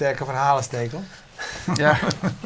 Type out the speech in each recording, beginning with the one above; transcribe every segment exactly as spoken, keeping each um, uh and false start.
sterke verhalen, Stekel. Ja.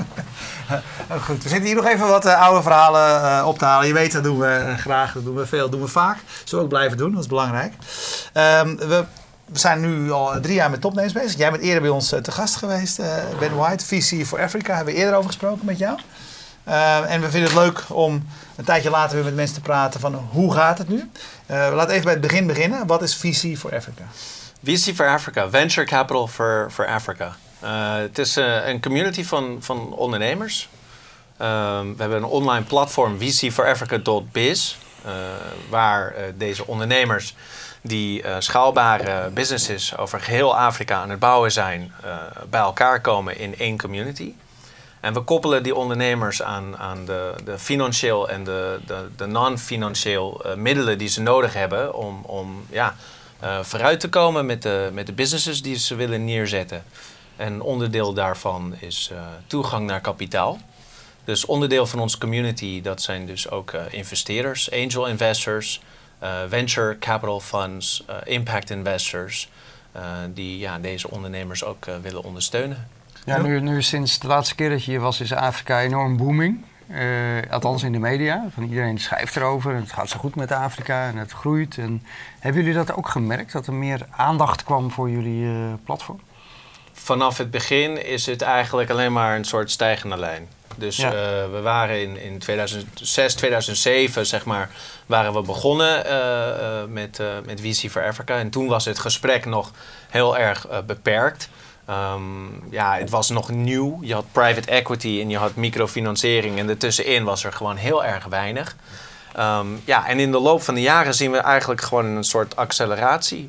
uh, goed, we zitten hier nog even wat uh, oude verhalen uh, op te halen. Je weet, dat doen we uh, graag, dat doen we veel, dat doen we vaak. Dat zullen we ook blijven doen, dat is belangrijk. Um, we, we zijn nu al drie jaar met topnames bezig. Jij bent eerder bij ons uh, te gast geweest, uh, Ben White, V C for Africa. Hebben we eerder over gesproken met jou. Uh, en we vinden het leuk om een tijdje later weer met mensen te praten van hoe gaat het nu. Uh, we laten even bij het begin beginnen. Wat is V C for Africa? V C for Africa, Venture Capital for, for Africa. Uh, het is uh, een community van, van ondernemers. Uh, we hebben een online platform, v c for africa dot biz, uh, waar uh, deze ondernemers die uh, schaalbare businesses over geheel Afrika aan het bouwen zijn, uh, bij elkaar komen in één community. En we koppelen die ondernemers aan, aan de, de financieel en de, de, de non-financieel uh, middelen die ze nodig hebben om, om ja, uh, vooruit te komen met de, met de businesses die ze willen neerzetten. En onderdeel daarvan is uh, toegang naar kapitaal. Dus onderdeel van onze community, dat zijn dus ook uh, investeerders, angel investors, uh, venture capital funds, uh, impact investors, uh, die ja, deze ondernemers ook uh, willen ondersteunen. Ja, nu, nu sinds de laatste keer dat je hier was, is Afrika enorm booming. Uh, althans in de media. Van iedereen schrijft erover. En het gaat zo goed met Afrika en het groeit. En hebben jullie dat ook gemerkt? Dat er meer aandacht kwam voor jullie uh, platform? Vanaf het begin is het eigenlijk alleen maar een soort stijgende lijn. Dus ja. uh, we waren in, in tweeduizend zes, tweeduizend zeven, zeg maar, waren we begonnen uh, uh, met, uh, met V C for Africa. En toen was het gesprek nog heel erg uh, beperkt. Um, ja, het was nog nieuw. Je had private equity en je had microfinanciering. En ertussenin was er gewoon heel erg weinig. Um, ja, en in de loop van de jaren zien we eigenlijk gewoon een soort acceleratie.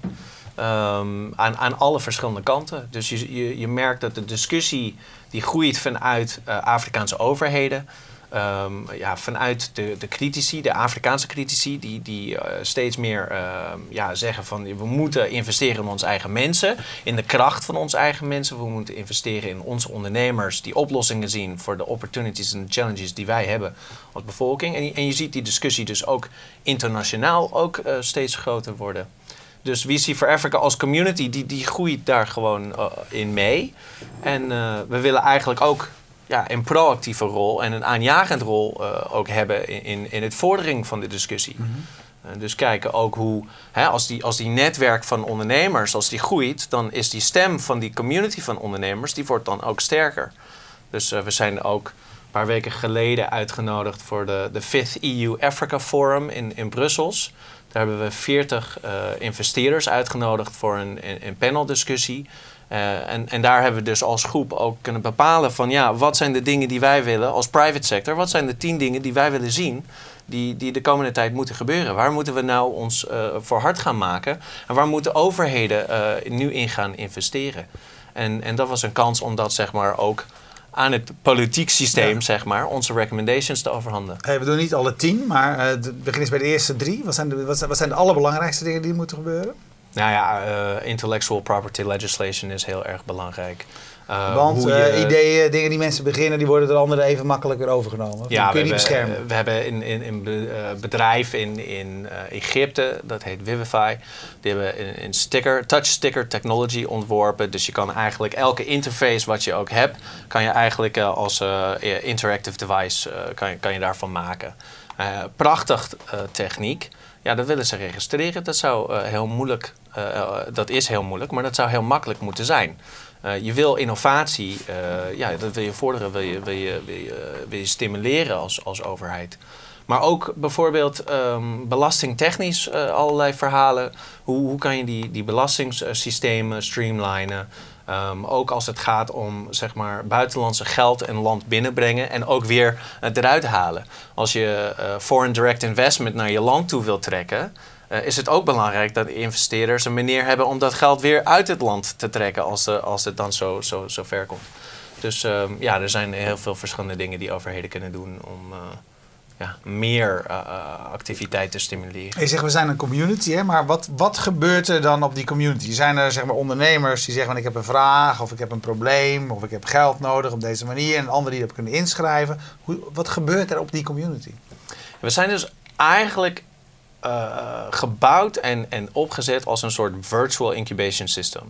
Um, aan, aan alle verschillende kanten. Dus je, je, je merkt dat de discussie die groeit vanuit uh, Afrikaanse overheden. Um, ja, vanuit de, de critici, de Afrikaanse critici, die, die uh, steeds meer uh, ja, zeggen van we moeten investeren in onze eigen mensen, in de kracht van onze eigen mensen. We moeten investeren in onze ondernemers die oplossingen zien voor de opportunities en de challenges die wij hebben als bevolking. En, en je ziet die discussie dus ook internationaal ook uh, steeds groter worden. Dus V C for Africa als community, die, die groeit daar gewoon uh, in mee. En uh, we willen eigenlijk ook ja, een proactieve rol en een aanjagend rol uh, ook hebben in, in, in het vordering van de discussie. Mm-hmm. Uh, dus kijken ook hoe, hè, als, die, als die netwerk van ondernemers, als die groeit, dan is die stem van die community van ondernemers, die wordt dan ook sterker. Dus uh, we zijn ook een paar weken geleden uitgenodigd voor de, de Fifth E U Africa Forum in, in Brussels. Daar hebben we veertig uh, investeerders uitgenodigd voor een, een, een paneldiscussie. Uh, en, en daar hebben we dus als groep ook kunnen bepalen van ja, wat zijn de dingen die wij willen als private sector? Wat zijn de tien dingen die wij willen zien die, die de komende tijd moeten gebeuren? Waar moeten we nou ons uh, voor hard gaan maken? En waar moeten overheden uh, nu in gaan investeren? En, en dat was een kans om dat zeg maar ook aan het politiek systeem, ja. zeg maar, onze recommendations te overhandigen. Hey, we doen niet alle tien, maar uh, het begin is bij de eerste drie. Wat zijn de, wat zijn, wat zijn de allerbelangrijkste dingen die moeten gebeuren? Nou ja, uh, intellectual property legislation is heel erg belangrijk. Uh, Want hoe uh, je, ideeën, dingen die mensen beginnen, die worden door anderen even makkelijk weer overgenomen. Ja, kun je niet we, beschermen. We hebben een in, in, in bedrijf in, in uh, Egypte, dat heet Vivify. Die hebben een, een sticker, touch sticker technology ontworpen. Dus je kan eigenlijk elke interface wat je ook hebt, kan je eigenlijk uh, als uh, interactive device uh, kan je, kan je daarvan maken. Uh, prachtig uh, techniek. Ja, dat willen ze registreren. Dat zou uh, heel moeilijk, uh, uh, dat is heel moeilijk, maar dat zou heel makkelijk moeten zijn. Uh, je wil innovatie, uh, ja, dat wil je vorderen, wil je, wil je, wil je, wil je stimuleren als, als overheid. Maar ook bijvoorbeeld um, belastingtechnisch uh, allerlei verhalen. Hoe, hoe kan je die, die belastingssystemen streamlinen? Um, ook als het gaat om zeg maar, buitenlandse geld en land binnenbrengen en ook weer uh, eruit halen. Als je uh, foreign direct investment naar je land toe wilt trekken, uh, is het ook belangrijk dat investeerders een manier hebben om dat geld weer uit het land te trekken als, uh, als het dan zo, zo, zo ver komt. Dus um, ja, er zijn heel veel verschillende dingen die overheden kunnen doen om uh, ja, meer uh, activiteit te stimuleren. Je zegt we zijn een community, hè? Maar wat, wat gebeurt er dan op die community? Zijn er zeg maar, ondernemers die zeggen van ik heb een vraag of ik heb een probleem of ik heb geld nodig op deze manier en anderen die dat kunnen inschrijven. Hoe, wat gebeurt er op die community? We zijn dus eigenlijk uh, gebouwd en, en opgezet als een soort virtual incubation system.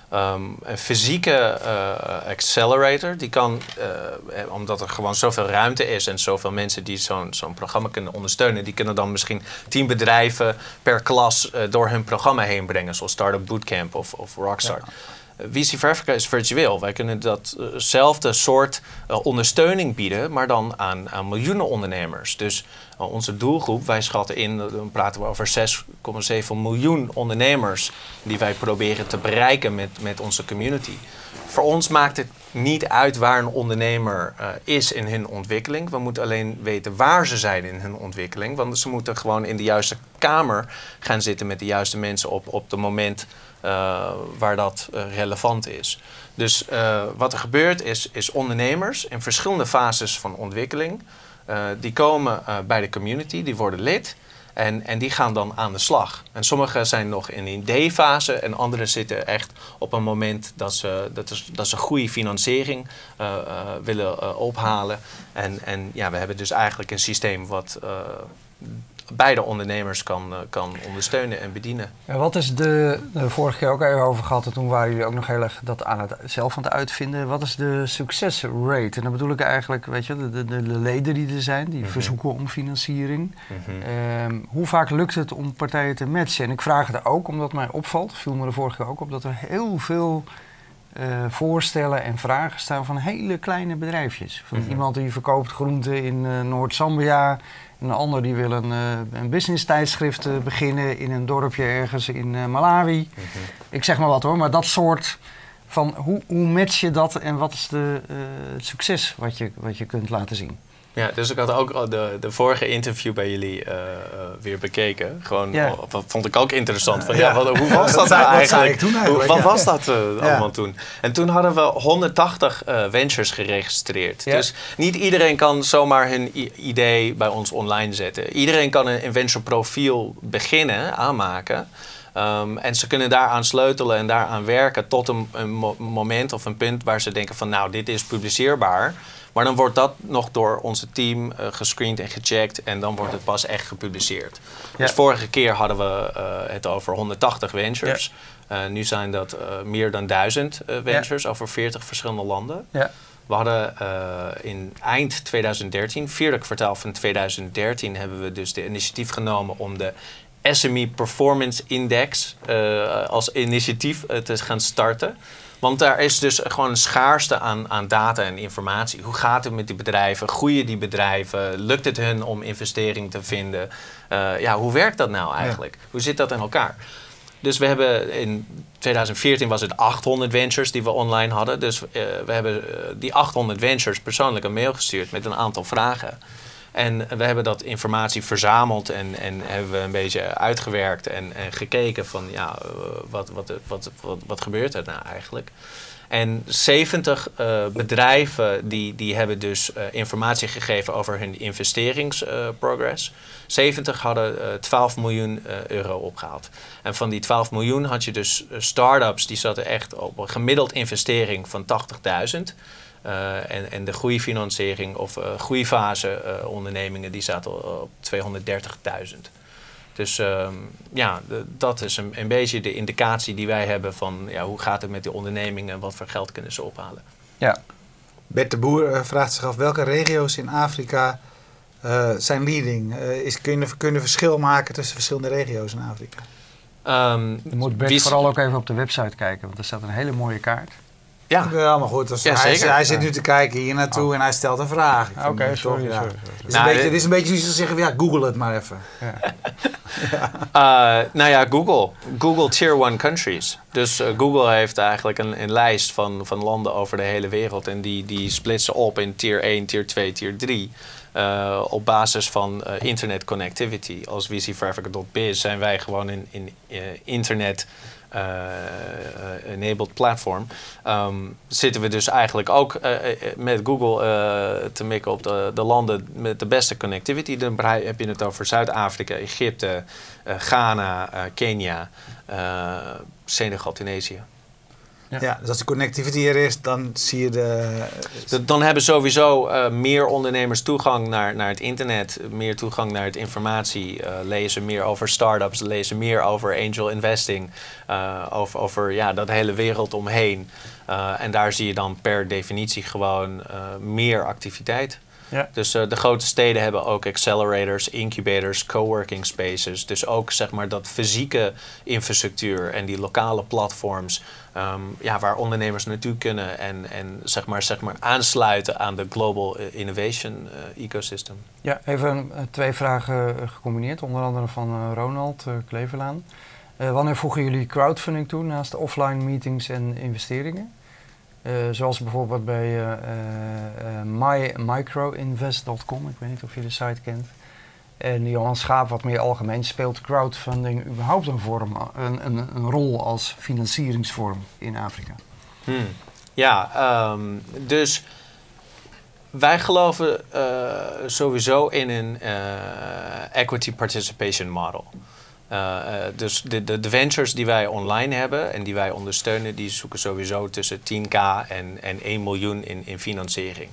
Um, een fysieke uh, accelerator, die kan, uh, omdat er gewoon zoveel ruimte is en zoveel mensen die zo'n zo'n programma kunnen ondersteunen, die kunnen dan misschien tien bedrijven per klas uh, door hun programma heen brengen, zoals Startup Bootcamp of, of Rockstart. Ja. Uh, V C for Africa is virtueel. Wij kunnen datzelfde soort uh, ondersteuning bieden, maar dan aan, aan miljoenen ondernemers. Dus uh, onze doelgroep, wij schatten in, dan praten we over zes komma zeven miljoen ondernemers die wij proberen te bereiken met, met onze community. Voor ons maakt het niet uit waar een ondernemer uh, is in hun ontwikkeling. We moeten alleen weten waar ze zijn in hun ontwikkeling. Want ze moeten gewoon in de juiste kamer gaan zitten met de juiste mensen op, op het moment uh, waar dat uh, relevant is. Dus uh, wat er gebeurt is, is ondernemers in verschillende fases van ontwikkeling. Uh, die komen uh, bij de community, die worden lid. En, en die gaan dan aan de slag. En sommigen zijn nog in een idee-fase en anderen zitten echt op een moment dat ze, dat is, dat ze goede financiering uh, uh, willen uh, ophalen. En, en ja, we hebben dus eigenlijk een systeem wat uh, beide ondernemers kan, uh, kan ondersteunen en bedienen. Ja, wat is de, de vorige keer ook even over gehad, en toen waren jullie ook nog heel erg dat aan het, zelf aan het uitvinden. Wat is de succesrate? En dan bedoel ik eigenlijk, weet je, de, de, de leden die er zijn, die mm-hmm. verzoeken om financiering. Mm-hmm. Um, hoe vaak lukt het om partijen te matchen? En ik vraag het ook omdat mij opvalt, viel me de vorige keer ook op, dat er heel veel uh, voorstellen en vragen staan van hele kleine bedrijfjes. Van mm-hmm. iemand die verkoopt groenten in uh, Noord-Zambia. Een ander die wil een, uh, een business tijdschrift uh, beginnen in een dorpje ergens in uh, Malawi. Mm-hmm. Ik zeg maar wat hoor, maar dat soort van hoe, hoe match je dat en wat is de, uh, het succes wat je, wat je kunt laten zien? Ja, dus ik had ook de, de vorige interview bij jullie uh, uh, weer bekeken. Gewoon, ja. Wat vond ik ook interessant. Van, ja, wat, hoe was dat nou eigenlijk? Toen eigenlijk? Hoe, wat ja. was dat uh, allemaal ja. toen? En toen hadden we honderdtachtig uh, ventures geregistreerd. Ja. Dus niet iedereen kan zomaar hun i- idee bij ons online zetten. Iedereen kan een, een venture profiel beginnen, aanmaken. Um, en ze kunnen daaraan sleutelen en daaraan werken tot een, een mo- moment of een punt waar ze denken van nou, dit is publiceerbaar. Maar dan wordt dat nog door onze team uh, gescreend en gecheckt en dan wordt het pas echt gepubliceerd. Ja. Dus vorige keer hadden we uh, het over honderdtachtig ventures. Ja. Uh, nu zijn dat uh, meer dan duizend uh, ventures ja. over veertig verschillende landen. Ja. We hadden uh, in eind twintig dertien, vierde kwartaal van twintig dertien, hebben we dus de initiatief genomen om de S M E Performance Index uh, als initiatief uh, te gaan starten. Want daar is dus gewoon een schaarste aan, aan data en informatie. Hoe gaat het met die bedrijven? Groeien die bedrijven? Lukt het hun om investering te vinden? Uh, ja, hoe werkt dat nou eigenlijk? Ja. Hoe zit dat in elkaar? Dus we hebben in twintig veertien was het achthonderd ventures die we online hadden. Dus uh, we hebben uh, die achthonderd ventures persoonlijk een mail gestuurd met een aantal vragen. En we hebben dat informatie verzameld en, en hebben we een beetje uitgewerkt en, en gekeken van ja, wat, wat, wat, wat, wat gebeurt er nou eigenlijk? En zeventig uh, bedrijven die, die hebben dus uh, informatie gegeven over hun investeringsprogress. Uh, zeventig hadden uh, twaalf miljoen uh, euro opgehaald. En van die twaalf miljoen had je dus uh, start-ups die zaten echt op een gemiddeld investering van tachtigduizend. Uh, en, en de groeifinanciering of uh, groeifase uh, ondernemingen die zaten op tweehonderddertigduizend. Dus um, ja, de, dat is een, een beetje de indicatie die wij hebben van ja, hoe gaat het met die ondernemingen en wat voor geld kunnen ze ophalen. Ja. Bert de Boer uh, vraagt zich af welke regio's in Afrika uh, zijn leading. Uh, is, kunnen, kunnen verschil maken tussen verschillende regio's in Afrika? Um, Je moet Bert vooral ook even op de website kijken, want er staat een hele mooie kaart. Ja. ja, maar goed, dus ja, hij, hij zit nu te kijken hier naartoe oh. en hij stelt een vraag. Oké, okay, sorry, ja. sorry, sorry. Het is, nou, dit is een beetje zoiets als zeggen, ja, google het maar even. Ja. ja. Uh, nou ja, Google. Google Tier one countries. Dus uh, Google heeft eigenlijk een, een lijst van, van landen over de hele wereld. En die, die splitsen op in Tier één, Tier twee, Tier drie. Uh, op basis van uh, internet connectivity. Als V C for Africa dot biz zijn wij gewoon in, in uh, internet... Uh, uh, enabled platform, um, zitten we dus eigenlijk ook uh, met Google uh, te mikken op de, de landen met de beste connectivity. Dan heb je het over Zuid-Afrika, Egypte, uh, Ghana, uh, Kenia, uh, Senegal, Tunesië. Ja. ja, dus als de connectivity er is, dan zie je de... Dan hebben sowieso uh, meer ondernemers toegang naar, naar het internet, meer toegang naar het informatie, uh, lezen meer over start-ups, lezen meer over angel investing, uh, over, over ja, dat hele wereld omheen. Uh, en daar zie je dan per definitie gewoon uh, meer activiteit. Ja. Dus uh, de grote steden hebben ook accelerators, incubators, coworking spaces. Dus ook zeg maar dat fysieke infrastructuur en die lokale platforms um, ja, waar ondernemers naartoe kunnen en, en zeg maar, zeg maar aansluiten aan de global innovation uh, ecosystem. Ja, even uh, twee vragen uh, gecombineerd, onder andere van uh, Ronald uh, Kleverlaan. Uh, wanneer voegen jullie crowdfunding toe naast de offline meetings en investeringen? Uh, zoals bijvoorbeeld bij uh, uh, my, microinvest punt com, ik weet niet of je de site kent. En Johan Schaap, wat meer algemeen, speelt crowdfunding überhaupt een, vorm, een, een, een rol als financieringsvorm in Afrika? Hmm. Ja, um, dus wij geloven uh, sowieso in een uh, equity participation model. Uh, uh, dus de, de, de ventures die wij online hebben en die wij ondersteunen, die zoeken sowieso tussen tien k en, en één miljoen in, in financiering.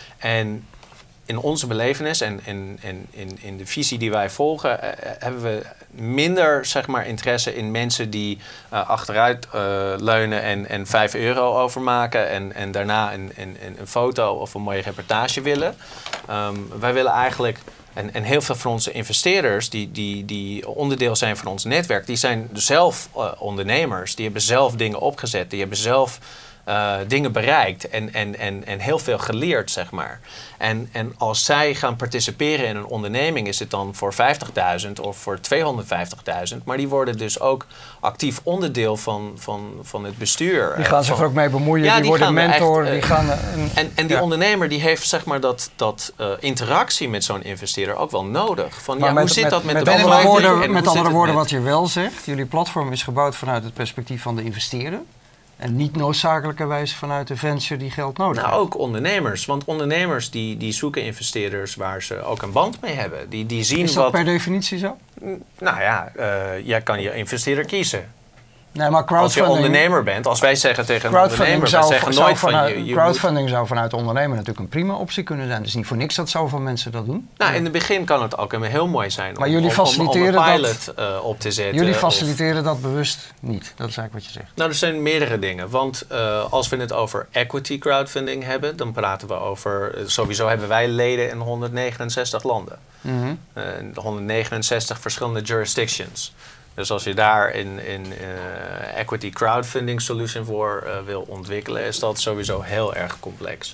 En in onze belevenis en, en, en in, in de visie die wij volgen, uh, hebben we minder zeg maar, interesse in mensen die uh, achteruit uh, leunen en, en vijf euro overmaken en, en daarna een, een, een foto of een mooie reportage willen. Um, wij willen eigenlijk... En, en heel veel van onze investeerders die, die, die onderdeel zijn van ons netwerk, die zijn zelf uh, ondernemers. Die hebben zelf dingen opgezet, die hebben zelf uh, dingen bereikt en, en, en, en heel veel geleerd, zeg maar. En, en als zij gaan participeren in een onderneming, is het dan voor vijftigduizend of voor tweehonderdvijftigduizend. Maar die worden dus ook actief onderdeel van, van, van het bestuur. Die gaan zich er ook mee bemoeien, ja, die, die worden mentor. Echt, uh, die gaan, uh, en, en die ja. ondernemer die heeft zeg maar dat, dat uh, interactie met zo'n investeerder ook wel nodig. Van, ja, met, hoe zit met, dat met, met de andere woorden, en Met andere woorden met... wat je wel zegt, jullie platform is gebouwd vanuit het perspectief van de investeerder. En niet noodzakelijkerwijs vanuit de venture die geld nodig nou, heeft. Ook ondernemers. Want ondernemers die, die zoeken investeerders waar ze ook een band mee hebben. Die, die zien is dat wat... per definitie zo? Nou ja, uh, jij kan je investeerder kiezen. Nee, maar als je ondernemer bent, als wij zeggen tegen een ondernemer, zou, wij zeggen zou nooit vanuit, van je... je crowdfunding moet... zou vanuit de ondernemer natuurlijk een prima optie kunnen zijn. Het is niet voor niks dat zoveel mensen dat doen. Nou, in het begin kan het ook heel mooi zijn maar om, jullie faciliteren om, om een pilot dat, uh, op te zetten. Jullie faciliteren of, dat bewust niet, dat is eigenlijk wat je zegt. Nou, er zijn meerdere dingen. Want uh, als we het over equity crowdfunding hebben, dan praten we over... Uh, sowieso hebben wij leden in honderdnegenenzestig landen. Mm-hmm. Uh, honderdnegenenzestig verschillende jurisdictions. Dus als je daar een, een uh, equity crowdfunding solution voor uh, wil ontwikkelen, is dat sowieso heel erg complex.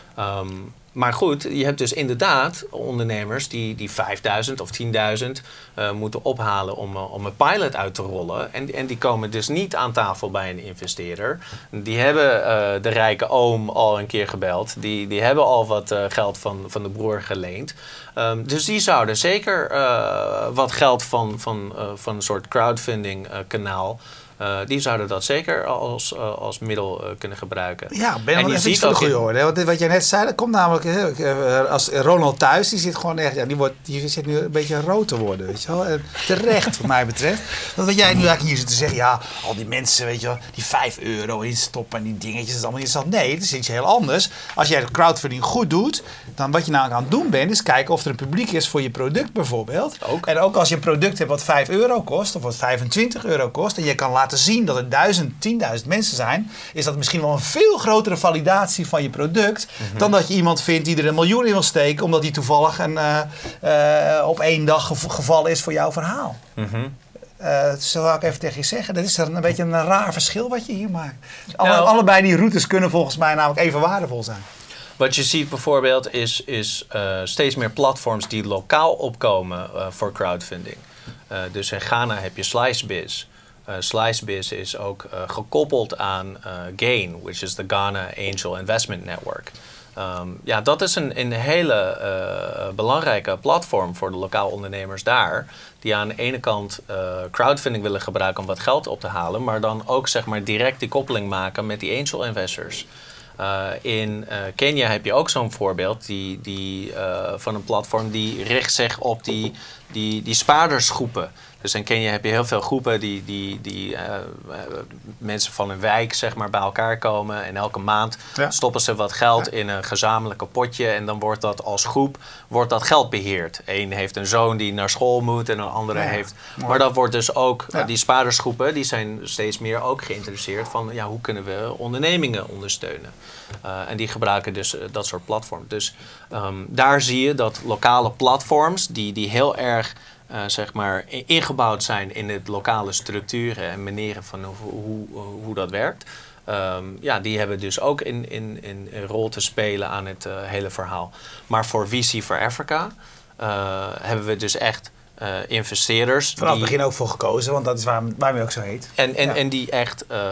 Um, maar goed, je hebt dus inderdaad ondernemers die, die vijfduizend of tienduizend uh, moeten ophalen om, uh, om een pilot uit te rollen. En, en die komen dus niet aan tafel bij een investeerder. Die hebben uh, de rijke oom al een keer gebeld. Die, die hebben al wat uh, geld van, van de broer geleend. Um, dus die zouden zeker uh, wat geld van, van, uh, van een soort crowdfunding uh, kanaal... Uh, die zouden dat zeker als, uh, als middel uh, kunnen gebruiken. Ja, ben je wel even iets voor de goede orde. Want wat jij net zei, dat komt namelijk... Uh, als Ronald thuis, die zit gewoon echt... Ja, die, wordt, die zit nu een beetje rood te worden, weet je wel. En terecht, wat mij betreft. Want wat jij nu eigenlijk hier zit te zeggen... Ja, al die mensen, weet je wel, die vijf euro instoppen en die dingetjes... Dat is allemaal interessant. Nee, het is iets heel anders. Als jij de crowdfunding goed doet... Dan wat je namelijk aan het doen bent... Is kijken of er een publiek is voor je product bijvoorbeeld. Ook. En ook als je een product hebt wat vijf euro kost... Of wat vijfentwintig euro kost... En je kan laten te zien dat er duizend, tienduizend mensen zijn, is dat misschien wel een veel grotere validatie van je product mm-hmm. dan dat je iemand vindt die er een miljoen in wil steken, omdat die toevallig een, uh, uh, op één dag gev- gevallen is voor jouw verhaal. Mm-hmm. Uh, dat zou ik even tegen je zeggen. Dat is een, een beetje een raar verschil wat je hier maakt. Alle, nou, allebei die routes kunnen volgens mij namelijk even waardevol zijn. Wat je ziet bijvoorbeeld is, is uh, steeds meer platforms die lokaal opkomen uh, voor crowdfunding. Uh, dus in Ghana heb je SliceBiz. Uh, SliceBiz is ook uh, gekoppeld aan uh, GAIN, which is the Ghana Angel Investment Network. Um, ja, dat is een, een hele uh, belangrijke platform voor de lokaal ondernemers daar. Die aan de ene kant uh, crowdfunding willen gebruiken om wat geld op te halen, maar dan ook zeg maar direct die koppeling maken met die angel investors. Uh, in uh, Kenia heb je ook zo'n voorbeeld die, die, uh, van een platform die richt zich op die die, die spaardersgroepen. Dus dan ken je, heb je heel veel groepen die, die, die uh, uh, mensen van een wijk zeg maar, bij elkaar komen. En elke maand ja. stoppen ze wat geld ja. in een gezamenlijke potje. En dan wordt dat als groep wordt dat geld beheerd. Eén heeft een zoon die naar school moet en een andere ja. heeft... Mooi. Maar dat wordt dus ook, ja. uh, die spaardersgroepen, die zijn steeds meer ook geïnteresseerd van ja, hoe kunnen we ondernemingen ondersteunen. Uh, en die gebruiken dus uh, dat soort platforms. Dus um, daar zie je dat lokale platforms die, die heel erg... Uh, zeg maar ingebouwd zijn in het lokale structuren en manieren van hoe, hoe, hoe dat werkt. Um, ja, die hebben dus ook in, in, in een rol te spelen aan het uh, hele verhaal. Maar voor V C for Africa uh, hebben we dus echt uh, investeerders. Vanaf het begin ook voor gekozen, want dat is waarom, waarom je ook zo heet. En, en, ja. en die echt uh,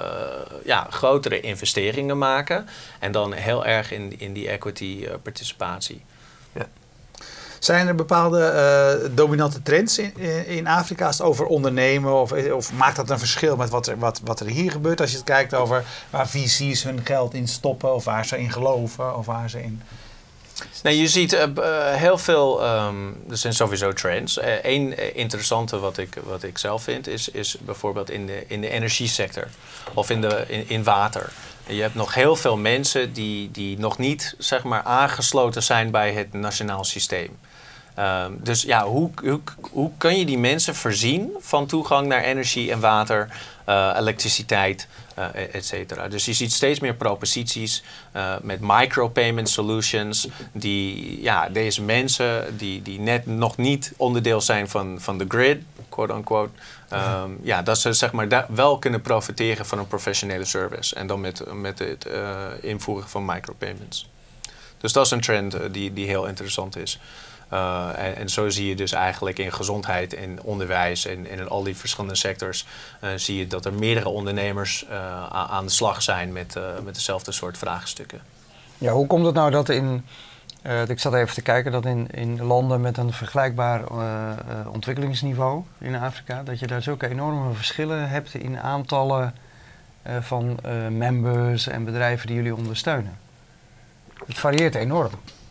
ja, grotere investeringen maken. En dan heel erg in, in die equity uh, participatie. Ja. Zijn er bepaalde uh, dominante trends in, in Afrika als het over ondernemen? Of, of maakt dat een verschil met wat er, wat, wat er hier gebeurt? Als je het kijkt over waar V C's hun geld in stoppen, of waar ze in geloven, of waar ze in... Nee, je ziet uh, heel veel, um, er zijn sowieso trends. Eén uh, interessante wat ik, wat ik zelf vind is, is bijvoorbeeld in de, in de energiesector of in, de, in, in water. Je hebt nog heel veel mensen die, die nog niet zeg maar, aangesloten zijn bij het nationaal systeem. Um, dus ja, hoe, hoe, hoe kun je die mensen voorzien van toegang naar energie en water, uh, elektriciteit, uh, et cetera. Dus je ziet steeds meer proposities uh, met micropayment solutions die ja, deze mensen die, die net nog niet onderdeel zijn van, van de grid, quote unquote, um, ja, dat ze zeg maar da- wel kunnen profiteren van een professionele service en dan met, met het uh, invoeren van micropayments. Dus dat is een trend uh, die, die heel interessant is. Uh, en, en zo zie je dus eigenlijk in gezondheid en onderwijs en, en in al die verschillende sectors uh, zie je dat er meerdere ondernemers uh, aan de slag zijn met, uh, met dezelfde soort vraagstukken. Ja, hoe komt het nou dat in, uh, ik zat even te kijken, dat in, in landen met een vergelijkbaar uh, uh, ontwikkelingsniveau in Afrika, dat je daar zulke enorme verschillen hebt in aantallen uh, van uh, members en bedrijven die jullie ondersteunen? Het varieert enorm.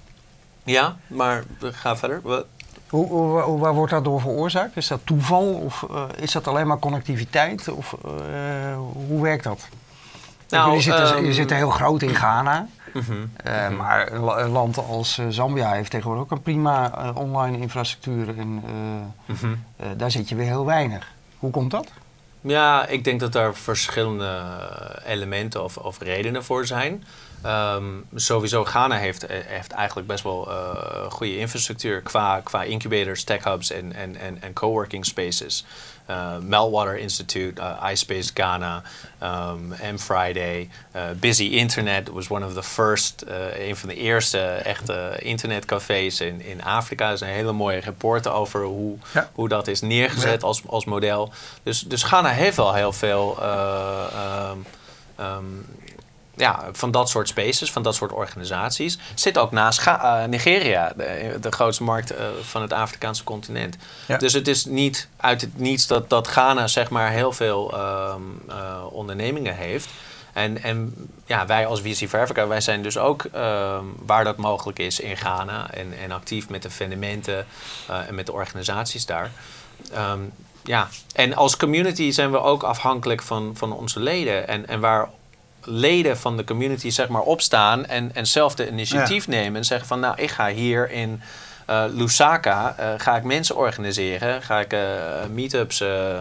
Ja, maar ga verder. Wat? Hoe, hoe, hoe, waar wordt dat door veroorzaakt? Is dat toeval of uh, is dat alleen maar connectiviteit? Of, uh, hoe werkt dat? Nou, jullie zitten, um, je zit heel groot in Ghana. Uh-huh, uh, uh-huh. Maar een land als uh, Zambia heeft tegenwoordig ook een prima uh, online infrastructuur. En uh, uh-huh. uh, daar zit je weer heel weinig. Hoe komt dat? Ja, ik denk dat daar verschillende elementen of, of redenen voor zijn. Um, sowieso Ghana heeft, heeft eigenlijk best wel uh, goede infrastructuur qua, qua incubators, tech hubs en, en, en, en coworking spaces. Uh, Meltwater Institute, uh, iSpace Ghana, um, M-Friday, uh, Busy Internet was one of the first, uh, een van de eerste echte internetcafés in, in Afrika. Er is een hele mooie rapporten over hoe, ja. hoe dat is neergezet ja. als, als model. Dus, dus Ghana heeft wel heel veel uh, um, um, ja, van dat soort spaces, van dat soort organisaties. Zit ook naast Ga- uh, Nigeria, de, de grootste markt uh, van het Afrikaanse continent. Ja. Dus het is niet uit het niets dat, dat Ghana zeg maar heel veel um, uh, ondernemingen heeft. En, en ja, wij als V C for Africa, wij zijn dus ook um, waar dat mogelijk is in Ghana en, en actief met de fundamenten uh, en met de organisaties daar. Um, ja, en als community zijn we ook afhankelijk van, van onze leden en, en waar leden van de community zeg maar opstaan en, en zelf de initiatief ja. nemen en zeggen van nou, ik ga hier in uh, Lusaka, uh, ga ik mensen organiseren, ga ik uh, meetups uh, uh,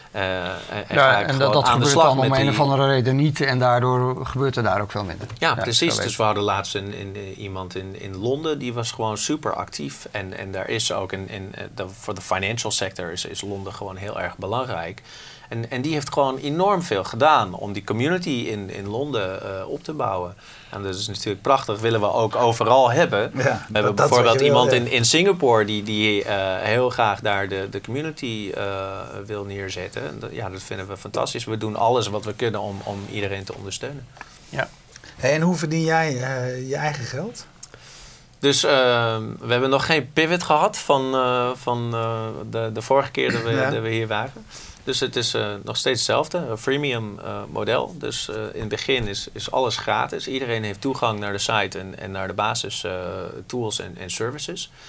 en ja, ga ik en dat, dat aan gebeurt de slag dan om met een die... of andere reden niet en daardoor gebeurt er daar ook veel minder. Ja, ja precies. Dus we hadden laatst een, een, iemand in, in Londen, die was gewoon super actief en, en daar is ook een, een, de, voor de financial sector is, is Londen gewoon heel erg belangrijk. En, en die heeft gewoon enorm veel gedaan om die community in, in Londen uh, op te bouwen. En dat is natuurlijk prachtig, willen we ook overal hebben. Ja, we hebben dat, bijvoorbeeld dat iemand wil, ja. in, in Singapore die, die uh, heel graag daar de, de community uh, wil neerzetten. En dat, ja, dat vinden we fantastisch. We doen alles wat we kunnen om, om iedereen te ondersteunen. Ja. Hey, en hoe verdien jij uh, je eigen geld? Dus uh, we hebben nog geen pivot gehad van, uh, van uh, de, de vorige keer dat we, ja. dat we hier waren. Dus het is uh, nog steeds hetzelfde, een freemium uh, model. Dus uh, in het begin is, is alles gratis. Iedereen heeft toegang naar de site en, en naar de basis uh, tools en, en services.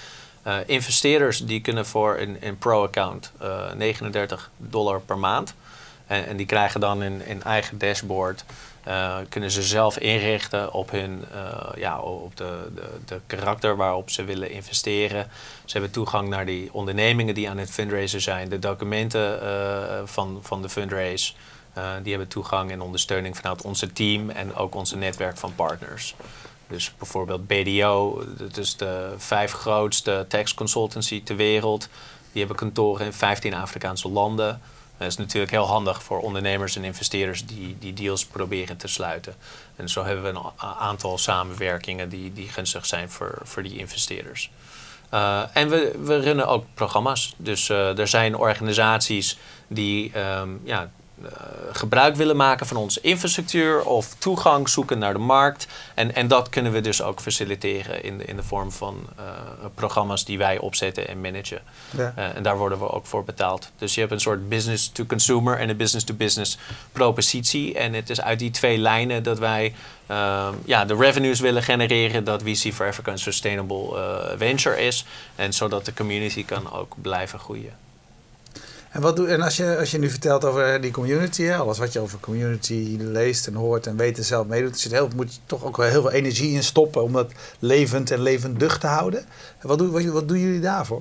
Uh, investeerders die kunnen voor een, een pro-account uh, negenendertig dollar per maand. En, en die krijgen dan een, een eigen dashboard. Uh, kunnen ze zelf inrichten op hun uh, ja, op de, de, de karakter waarop ze willen investeren. Ze hebben toegang naar die ondernemingen die aan het fundraisen zijn. De documenten uh, van, van de fundraise. Uh, die hebben toegang en ondersteuning vanuit onze team en ook onze netwerk van partners. Dus bijvoorbeeld B D O, dat is de vijf grootste tax consultancy ter wereld. Die hebben kantoren in vijftien Afrikaanse landen. Dat is natuurlijk heel handig voor ondernemers en investeerders die, die deals proberen te sluiten. En zo hebben we een aantal samenwerkingen die, die gunstig zijn voor, voor die investeerders. Uh, en we, we runnen ook programma's. Dus uh, er zijn organisaties die um, ja, uh, gebruik willen maken van onze infrastructuur of toegang zoeken naar de markt. En, en dat kunnen we dus ook faciliteren in de, in de vorm van uh, programma's die wij opzetten en managen. Ja. Uh, en daar worden we ook voor betaald. Dus je hebt een soort business to consumer en een business to business propositie. En het is uit die twee lijnen dat wij uh, ja, de revenues willen genereren, dat V C for Africa een sustainable uh, venture is. En zodat de community kan ook blijven groeien. En, wat doe, en als, je, als je nu vertelt over die community, hè, alles wat je over community leest en hoort en weet en zelf meedoet, er zit heel, moet je toch ook wel heel veel energie in stoppen om dat levend en levendig te houden. Wat, doe, wat, wat doen jullie daarvoor?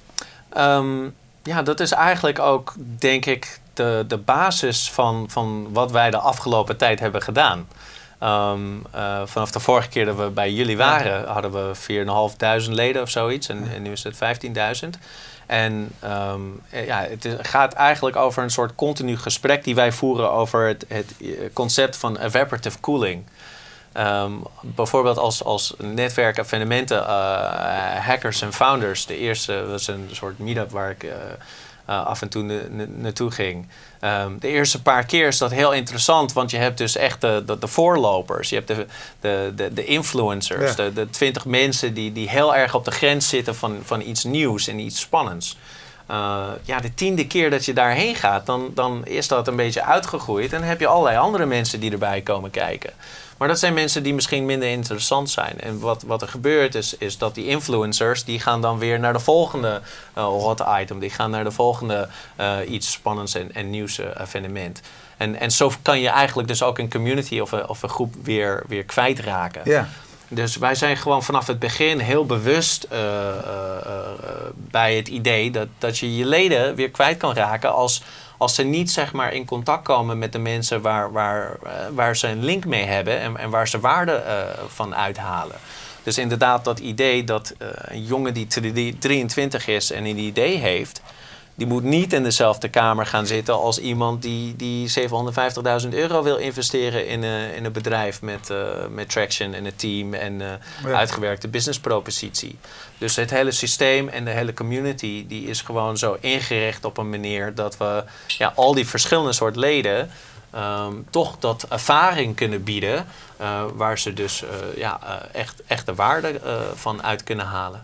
Um, ja, dat is eigenlijk ook, denk ik, de, de basis van, van wat wij de afgelopen tijd hebben gedaan. Um, uh, vanaf de vorige keer dat we bij jullie waren, ja. hadden we vier en vijfduizend leden of zoiets. En, ja. en nu is het vijftienduizend. En um, ja, het is, gaat eigenlijk over een soort continu gesprek die wij voeren over het, het concept van evaporative cooling. Um, bijvoorbeeld als, als netwerk evenementen, uh, hackers en founders. De eerste was een soort meetup waar ik uh, uh, af en toe na, na, naartoe ging. Um, de eerste paar keer is dat heel interessant, want je hebt dus echt de, de, de voorlopers. Je hebt de, de, de, de influencers, ja. de, de twintig mensen die, die heel erg op de grens zitten van, van iets nieuws en iets spannends. Uh, ja, de tiende keer dat je daarheen gaat, dan, dan is dat een beetje uitgegroeid. En dan heb je allerlei andere mensen die erbij komen kijken. Maar dat zijn mensen die misschien minder interessant zijn. En wat, wat er gebeurt is, is dat die influencers, die gaan dan weer naar de volgende uh, hot item. Die gaan naar de volgende uh, iets spannends en, en nieuws uh, evenement. En, en zo kan je eigenlijk dus ook een community of een, of een groep weer, weer kwijtraken. Ja. Dus wij zijn gewoon vanaf het begin heel bewust uh, uh, uh, bij het idee dat, dat je je leden weer kwijt kan raken als, als ze niet zeg maar, in contact komen met de mensen waar, waar, uh, waar ze een link mee hebben en, en waar ze waarde uh, van uithalen. Dus inderdaad dat idee dat uh, een jongen die drieëntwintig is en een idee heeft, die moet niet in dezelfde kamer gaan zitten als iemand die, die zevenhonderdvijftigduizend euro wil investeren in, uh, in een bedrijf met, uh, met traction en een team en uh, ja. uitgewerkte businesspropositie. Dus het hele systeem en de hele community die is gewoon zo ingericht op een manier dat we ja, al die verschillende soort leden um, toch dat ervaring kunnen bieden uh, waar ze dus uh, ja, uh, echt, echt de waarde uh, van uit kunnen halen.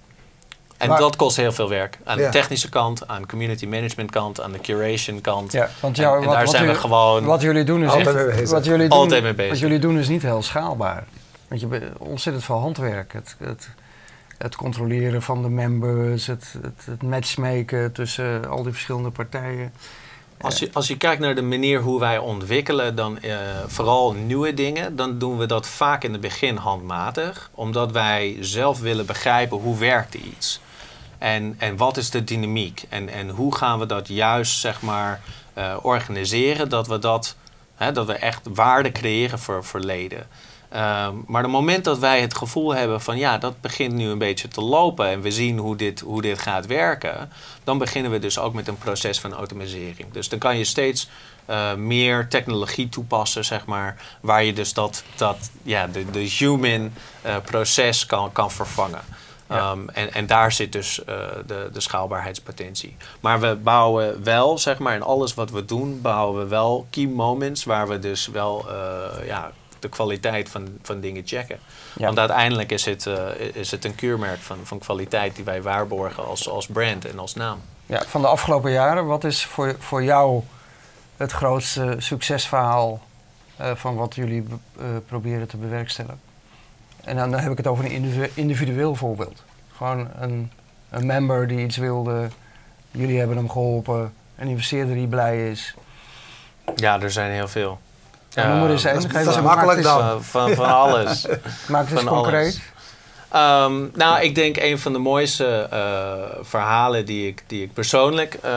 En maar, dat kost heel veel werk. Aan ja. de technische kant, aan de community management kant, aan de curation kant. Ja, want jou, en, en wat, daar wat zijn u, we gewoon wat jullie doen is altijd, echt, mee wat jullie doen, altijd mee bezig. Wat jullie doen is niet heel schaalbaar. Want je bent ontzettend veel handwerk. Het, het, het controleren van de members, het, het, het matchmaken tussen al die verschillende partijen. Als je, als je kijkt naar de manier hoe wij ontwikkelen, dan uh, vooral nieuwe dingen, dan doen we dat vaak in het begin handmatig. Omdat wij zelf willen begrijpen hoe werkt iets. En, en wat is de dynamiek? En, en hoe gaan we dat juist zeg maar, uh, organiseren, dat we, dat, hè, dat we echt waarde creëren voor, voor leden. Um, maar het moment dat wij het gevoel hebben van ja, dat begint nu een beetje te lopen en we zien hoe dit, hoe dit gaat werken, dan beginnen we dus ook met een proces van automatisering. Dus dan kan je steeds uh, meer technologie toepassen, zeg maar, waar je dus dat, dat ja, de, de human uh, proces kan, kan vervangen. Ja. Um, en, en daar zit dus uh, de, de schaalbaarheidspotentie. Maar we bouwen wel, zeg maar, in alles wat we doen, bouwen we wel key moments waar we dus wel uh, ja, de kwaliteit van, van dingen checken. Ja. Want uiteindelijk is het, uh, is het een keurmerk van, van kwaliteit die wij waarborgen als, als brand en als naam. Ja, van de afgelopen jaren, wat is voor, voor jou het grootste succesverhaal uh, van wat jullie uh, proberen te bewerkstelligen? En dan heb ik het over een individueel voorbeeld. Gewoon een een member die iets wilde. Jullie hebben hem geholpen. Een investeerder die blij is. Ja, er zijn heel veel. Ja, noem maar eens dat één. is- Geef dat is eens- makkelijk maak het dan. Van, van, van alles. eens- Maak het eens Van concreet. alles. Um, nou, ik denk een van de mooiste uh, verhalen die ik, die ik persoonlijk... Uh,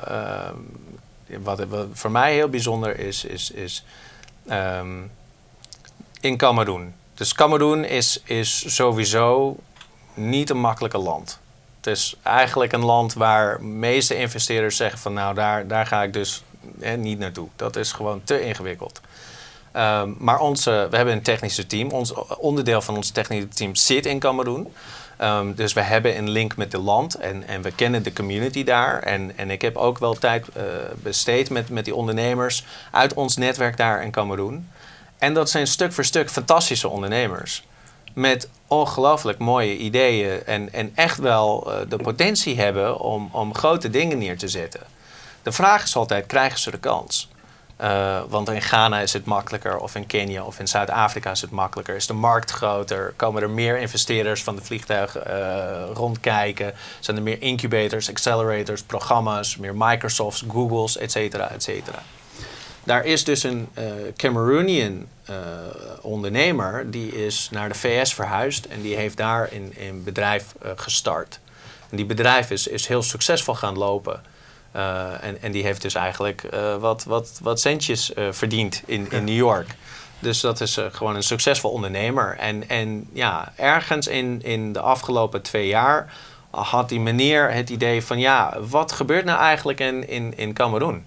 uh, wat, wat voor mij heel bijzonder is, is, is um, in Kameroen. Dus Kameroen is, is sowieso niet een makkelijke land. Het is eigenlijk een land waar de meeste investeerders zeggen van... nou, daar, daar ga ik dus eh, niet naartoe. Dat is gewoon te ingewikkeld. Um, maar onze, we hebben een technische team. Ons onderdeel van ons technische team zit in Kameroen. Um, dus we hebben een link met het land en, en we kennen de community daar. En, en ik heb ook wel tijd uh, besteed met, met die ondernemers uit ons netwerk daar in Kameroen. En dat zijn stuk voor stuk fantastische ondernemers. Met ongelooflijk mooie ideeën en, en echt wel uh, de potentie hebben om, om grote dingen neer te zetten. De vraag is altijd, krijgen ze de kans? Uh, want in Ghana is het makkelijker, of in Kenia of in Zuid-Afrika is het makkelijker. Is de markt groter? Komen er meer investeerders van de vliegtuigen uh, rondkijken? Zijn er meer incubators, accelerators, programma's, meer Microsofts, Googles, et cetera, et cetera. Daar is dus een uh, Cameroonian uh, ondernemer, die is naar de V S verhuisd en die heeft daar een, een bedrijf uh, gestart. En die bedrijf is, is heel succesvol gaan lopen. Uh, en, en die heeft dus eigenlijk uh, wat, wat, wat centjes uh, verdiend in, in New York. Dus dat is uh, gewoon een succesvol ondernemer. En, en ja, ergens in, in de afgelopen twee jaar had die meneer het idee van... ja, wat gebeurt nou eigenlijk in, in, in Kameroen?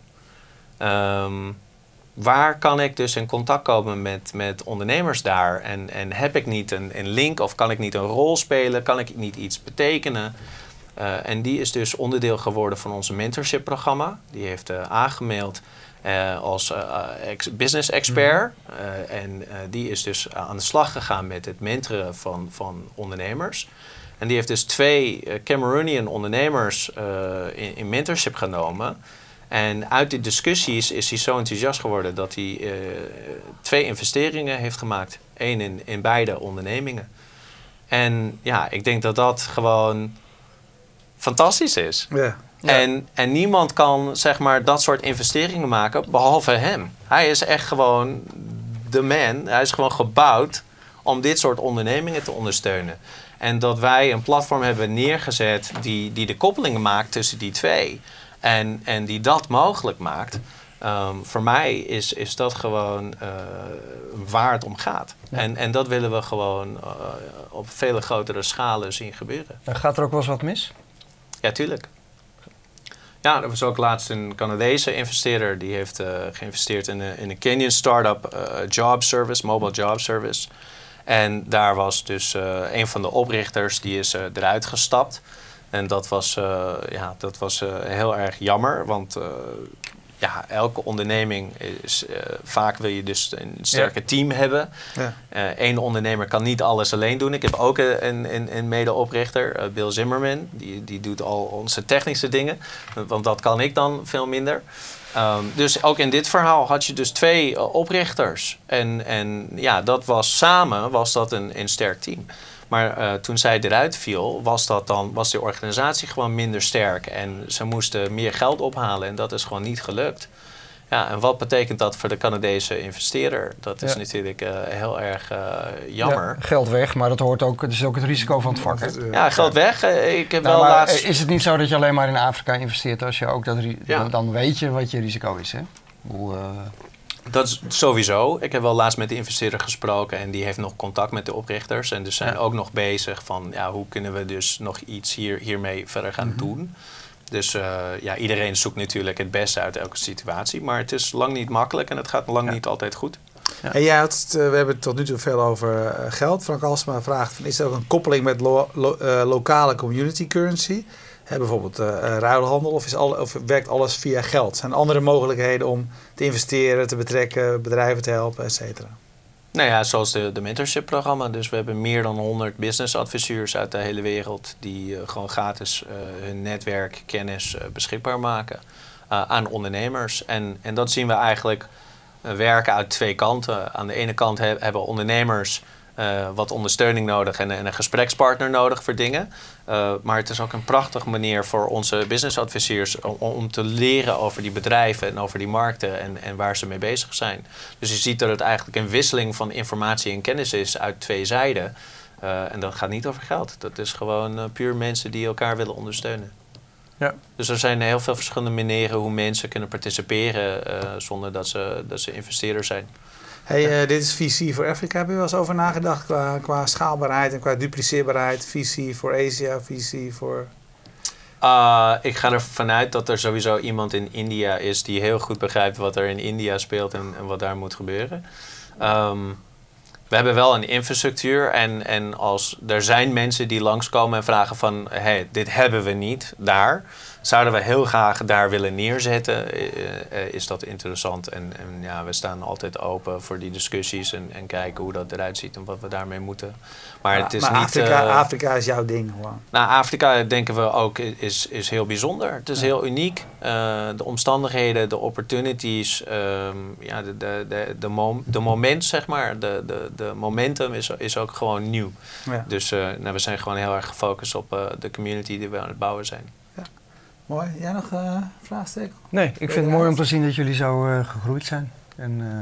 Um, waar kan ik dus in contact komen met, met ondernemers daar? En, en heb ik niet een, een link of kan ik niet een rol spelen? Kan ik niet iets betekenen? Uh, en die is dus onderdeel geworden van onze mentorship programma. Die heeft uh, aangemeld uh, als uh, ex business expert. Uh, en uh, die is dus aan de slag gegaan met het mentoren van, van ondernemers. En die heeft dus twee uh, Cameroonian ondernemers uh, in, in mentorship genomen. En uit die discussies is hij zo enthousiast geworden dat hij uh, twee investeringen heeft gemaakt. Eén in, in beide ondernemingen. En ja, ik denk dat dat gewoon fantastisch is. Ja. Ja. En, en niemand kan zeg maar dat soort investeringen maken behalve hem. Hij is echt gewoon de man. Hij is gewoon gebouwd om dit soort ondernemingen te ondersteunen. En dat wij een platform hebben neergezet die, die de koppelingen maakt tussen die twee. En, en die dat mogelijk maakt. Um, voor mij is, is dat gewoon uh, waar het om gaat. Ja. En, en dat willen we gewoon uh, op vele grotere schalen zien gebeuren. En gaat er ook wel eens wat mis? Ja, tuurlijk. Ja, er was ook laatst een Canadese investeerder. Die heeft uh, geïnvesteerd in een, in een Kenyan start-up uh, job service, mobile job service. En daar was dus uh, een van de oprichters, die is uh, eruit gestapt. En dat was, uh, ja, dat was uh, heel erg jammer, want uh, ja, elke onderneming is, uh, vaak wil je dus een sterke ja. team hebben. Ja. Uh, Eén ondernemer kan niet alles alleen doen. Ik heb ook een, een, een medeoprichter, uh, Bill Zimmerman, die, die doet al onze technische dingen, want dat kan ik dan veel minder. Um, dus ook in dit verhaal had je dus twee uh, oprichters. En, en ja, dat was samen was dat een, een sterk team. Maar uh, toen zij eruit viel, was, dat dan, was die organisatie gewoon minder sterk. En ze moesten meer geld ophalen en dat is gewoon niet gelukt. Ja, en wat betekent dat voor de Canadese investeerder? Dat is ja. natuurlijk uh, heel erg uh, jammer. Ja, geld weg, maar dat hoort ook, dat is ook het risico van het vak. Hè? Ja, geld weg. Ik heb nou, wel maar laatst... Is het niet zo dat je alleen maar in Afrika investeert als je ook dat... Ja. Dan, dan weet je wat je risico is, hè? Hoe, uh... Dat is sowieso. Ik heb wel laatst met de investeerder gesproken en die heeft nog contact met de oprichters. En dus zijn ja. ook nog bezig van ja, hoe kunnen we dus nog iets hier, hiermee verder gaan mm-hmm. doen. Dus uh, ja, iedereen zoekt natuurlijk het beste uit elke situatie. Maar het is lang niet makkelijk en het gaat lang ja. niet altijd goed. Ja. En jij had het, uh, we hebben het tot nu toe veel over uh, geld. Frank Halsema vraagt, van, is er ook een koppeling met lo- lo- uh, lokale community currency? He, bijvoorbeeld uh, ruilhandel of, is al, of werkt alles via geld? Zijn er andere mogelijkheden om te investeren, te betrekken, bedrijven te helpen, et cetera? Nou ja, zoals de, de mentorship programma. Dus we hebben meer dan honderd business adviseurs uit de hele wereld die uh, gewoon gratis uh, hun netwerk, kennis uh, beschikbaar maken uh, aan ondernemers. En, en dat zien we eigenlijk uh, werken uit twee kanten. Aan de ene kant he, hebben ondernemers uh, wat ondersteuning nodig en, en een gesprekspartner nodig voor dingen. Uh, maar het is ook een prachtige manier voor onze businessadviseurs om, om te leren over die bedrijven en over die markten en, en waar ze mee bezig zijn. Dus je ziet dat het eigenlijk een wisseling van informatie en kennis is uit twee zijden. Uh, en dat gaat niet over geld. Dat is gewoon uh, puur mensen die elkaar willen ondersteunen. Ja. Dus er zijn heel veel verschillende manieren hoe mensen kunnen participeren uh, zonder dat ze, dat ze investeerder zijn. Hey, uh, dit is V C voor Afrika. Heb je wel eens over nagedacht qua, qua schaalbaarheid en qua dupliceerbaarheid? V C voor Asia, V C voor... Uh, ik ga ervan uit dat er sowieso iemand in India is die heel goed begrijpt wat er in India speelt en, en wat daar moet gebeuren. Um, we hebben wel een infrastructuur en, en als er zijn mensen die langskomen en vragen van hey, dit hebben we niet daar. Zouden we heel graag daar willen neerzetten, uh, uh, is dat interessant. En, en ja, we staan altijd open voor die discussies en, en kijken hoe dat eruit ziet en wat we daarmee moeten. Maar, Maar, het is maar niet, Afrika, uh, Afrika is jouw ding gewoon. Nou, Afrika denken we ook is, is heel bijzonder. Het is ja. heel uniek. Uh, de omstandigheden, de opportunities, um, ja, de, de, de, de, mom, de moment, zeg maar, de, de, de momentum is, is ook gewoon nieuw. Ja. Dus uh, nou, we zijn gewoon heel erg gefocust op uh, de community die we aan het bouwen zijn. Mooi. Jij nog een uh, vraagsteek? Nee, ik vind het mooi om te zien dat jullie zo uh, gegroeid zijn. En, uh,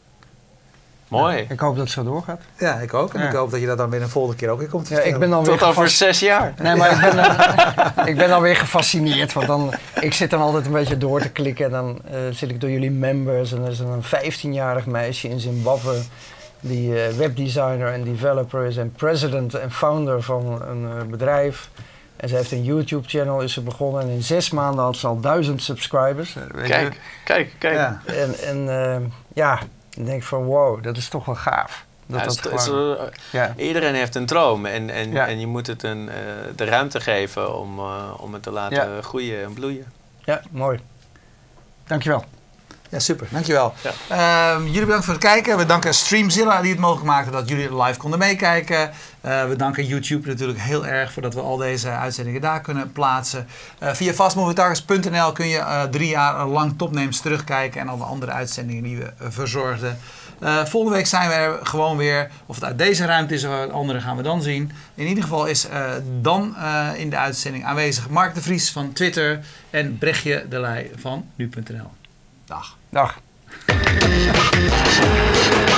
mooi. Ja, ik hoop dat het zo doorgaat. Ja, ik ook. En ja. ik hoop dat je dat dan weer een volgende keer ook weer komt te ja, ik ben dan Tot weer over zes jaar. Nee, maar ja. ik, ben, uh, ik ben dan weer gefascineerd. Want dan, ik zit dan altijd een beetje door te klikken. En dan uh, zit ik door jullie members. En er is een vijftienjarig meisje in Zimbabwe. Die uh, webdesigner en developer is. En president en founder van een uh, bedrijf. En ze heeft een YouTube-channel, is ze begonnen. En in zes maanden had ze al duizend subscribers. Weet kijk, je? kijk, kijk. Ja. En, en uh, ja, dan denk ik van wow, dat is toch wel gaaf. Dat ja, dat is, gewoon, is, uh, ja. Iedereen heeft een droom. En, en, ja. en je moet het een, uh, de ruimte geven om, uh, om het te laten ja. groeien en bloeien. Ja, mooi. Dankjewel. Ja, super. Dankjewel. Ja. Uh, jullie bedankt voor het kijken. We danken Streamzilla die het mogelijk maakte dat jullie live konden meekijken. Uh, we danken YouTube natuurlijk heel erg voor dat we al deze uitzendingen daar kunnen plaatsen. Uh, via fastmovingtargets punt n l kun je uh, drie jaar lang topnames terugkijken en al de andere uitzendingen die we uh, verzorgden. Uh, volgende week zijn we er gewoon weer. Of het uit deze ruimte is of uit andere gaan we dan zien. In ieder geval is uh, dan uh, in de uitzending aanwezig Mark de Vries van Twitter en Brechtje de Leij van nu punt n l. Dag. Dag.